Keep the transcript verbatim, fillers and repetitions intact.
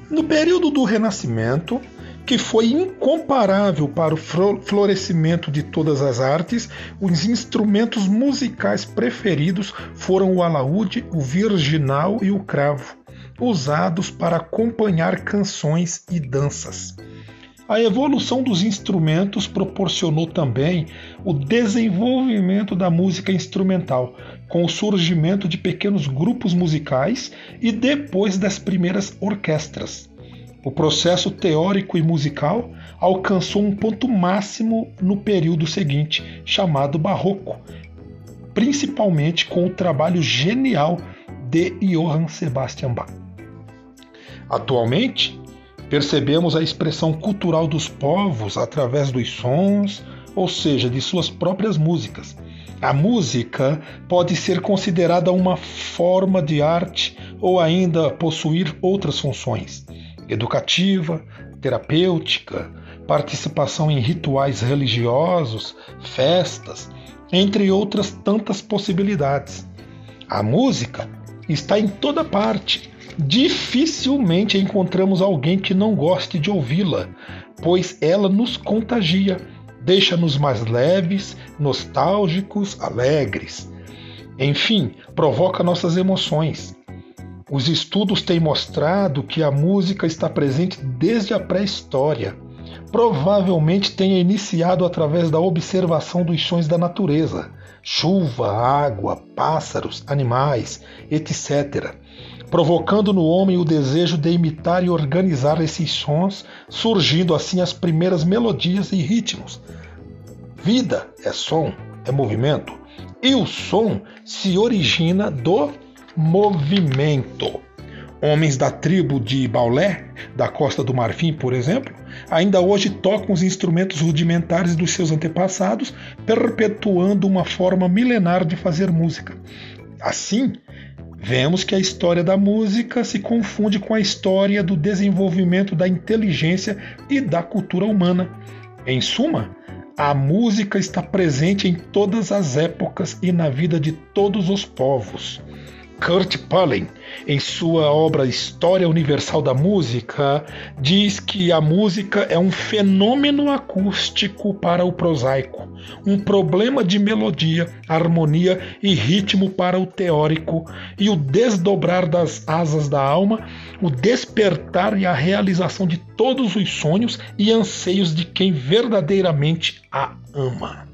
No período do Renascimento, que foi incomparável para o florescimento de todas as artes, os instrumentos musicais preferidos foram o alaúde, o virginal e o cravo, usados para acompanhar canções e danças. A evolução dos instrumentos proporcionou também o desenvolvimento da música instrumental, com o surgimento de pequenos grupos musicais e depois das primeiras orquestras. O processo teórico e musical alcançou um ponto máximo no período seguinte, chamado Barroco, principalmente com o trabalho genial de Johann Sebastian Bach. Atualmente, percebemos a expressão cultural dos povos através dos sons, ou seja, de suas próprias músicas. A música pode ser considerada uma forma de arte ou ainda possuir outras funções: educativa, terapêutica, participação em rituais religiosos, festas, entre outras tantas possibilidades. A música está em toda parte. Dificilmente encontramos alguém que não goste de ouvi-la, pois ela nos contagia, deixa-nos mais leves, nostálgicos, alegres. Enfim, provoca nossas emoções. Os estudos têm mostrado que a música está presente desde a pré-história. Provavelmente tenha iniciado através da observação dos sons da natureza, chuva, água, pássaros, animais, etcétera, provocando no homem o desejo de imitar e organizar esses sons, surgindo assim as primeiras melodias e ritmos. Vida é som, é movimento, e o som se origina do movimento. Homens da tribo de Baulé, da Costa do Marfim, por exemplo, ainda hoje tocam os instrumentos rudimentares dos seus antepassados, perpetuando uma forma milenar de fazer música. Assim, vemos que a história da música se confunde com a história do desenvolvimento da inteligência e da cultura humana. Em suma, a música está presente em todas as épocas e na vida de todos os povos. Kurt Pallen, em sua obra História Universal da Música, diz que a música é um fenômeno acústico para o prosaico, um problema de melodia, harmonia e ritmo para o teórico, e o desdobrar das asas da alma, o despertar e a realização de todos os sonhos e anseios de quem verdadeiramente a ama.